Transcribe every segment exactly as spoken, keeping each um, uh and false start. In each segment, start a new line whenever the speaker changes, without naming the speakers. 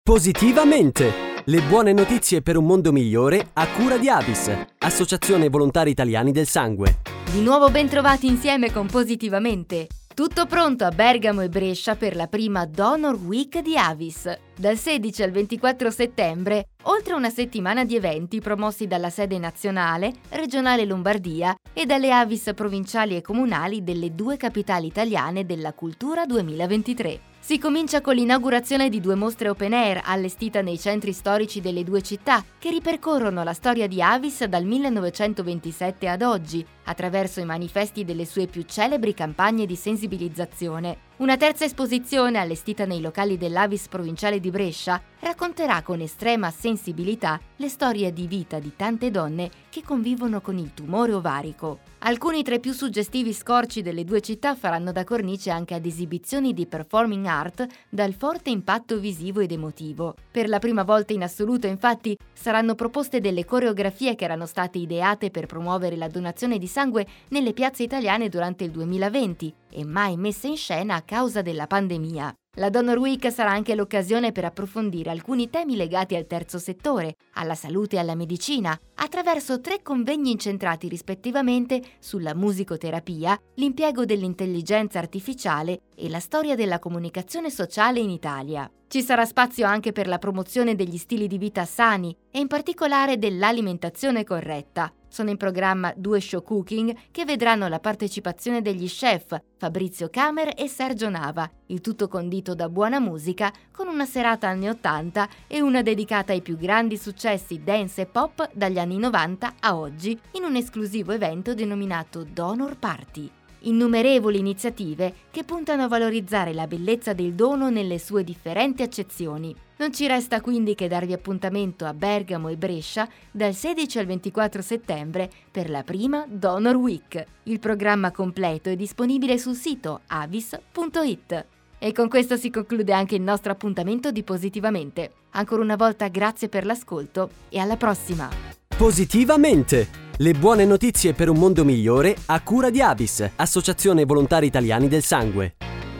Positivamente! Le buone notizie per un mondo migliore a cura di Avis, Associazione Volontari Italiani del Sangue.
Di nuovo ben trovati insieme con Positivamente. Tutto pronto a Bergamo e Brescia per la prima Donor Week di Avis. Dal sedici al ventiquattro settembre, oltre una settimana di eventi promossi dalla sede nazionale, regionale Lombardia e dalle Avis provinciali e comunali delle due capitali italiane della cultura duemilaventitré. Si comincia con l'inaugurazione di due mostre open air allestite nei centri storici delle due città, che ripercorrono la storia di Avis dal millenovecentoventisette ad oggi, attraverso i manifesti delle sue più celebri campagne di sensibilizzazione. Una terza esposizione, allestita nei locali dell'Avis provinciale di Brescia, racconterà con estrema sensibilità le storie di vita di tante donne che convivono con il tumore ovarico. Alcuni tra i più suggestivi scorci delle due città faranno da cornice anche ad esibizioni di performing art dal forte impatto visivo ed emotivo. Per la prima volta in assoluto, infatti, saranno proposte delle coreografie che erano state ideate per promuovere la donazione di sangue nelle piazze italiane durante il duemilaventi e mai messe in scena a causa della pandemia. La Donor Week sarà anche l'occasione per approfondire alcuni temi legati al terzo settore, alla salute e alla medicina, attraverso tre convegni incentrati rispettivamente sulla musicoterapia, l'impiego dell'intelligenza artificiale e la storia della comunicazione sociale in Italia. Ci sarà spazio anche per la promozione degli stili di vita sani e in particolare dell'alimentazione corretta. Sono in programma due show cooking che vedranno la partecipazione degli chef Fabrizio Camer e Sergio Nava, il tutto condito da buona musica con una serata anni ottanta e una dedicata ai più grandi successi dance e pop dagli anni novanta a oggi in un esclusivo evento denominato Donor Party. Innumerevoli iniziative che puntano a valorizzare la bellezza del dono nelle sue differenti accezioni. Non ci resta quindi che darvi appuntamento a Bergamo e Brescia dal sedici al ventiquattro settembre per la prima Donor Week. Il programma completo è disponibile sul sito avis punto it. E con questo si conclude anche il nostro appuntamento di Positivamente. Ancora una volta grazie per l'ascolto e alla prossima!
Positivamente! Le buone notizie per un mondo migliore a cura di Avis, Associazione Volontari Italiani del Sangue.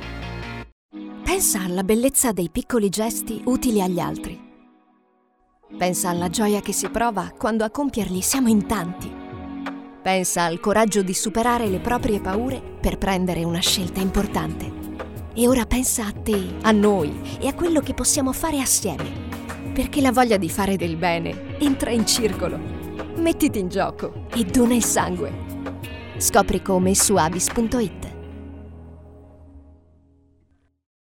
Pensa alla bellezza dei piccoli gesti utili agli altri. Pensa alla gioia che si prova quando a compierli siamo in tanti. Pensa al coraggio di superare le proprie paure per prendere una scelta importante. E ora pensa a te, a noi e a quello che possiamo fare assieme. Perché la voglia di fare del bene entra in circolo. Mettiti in gioco e dona il sangue. Scopri come su avis punto it.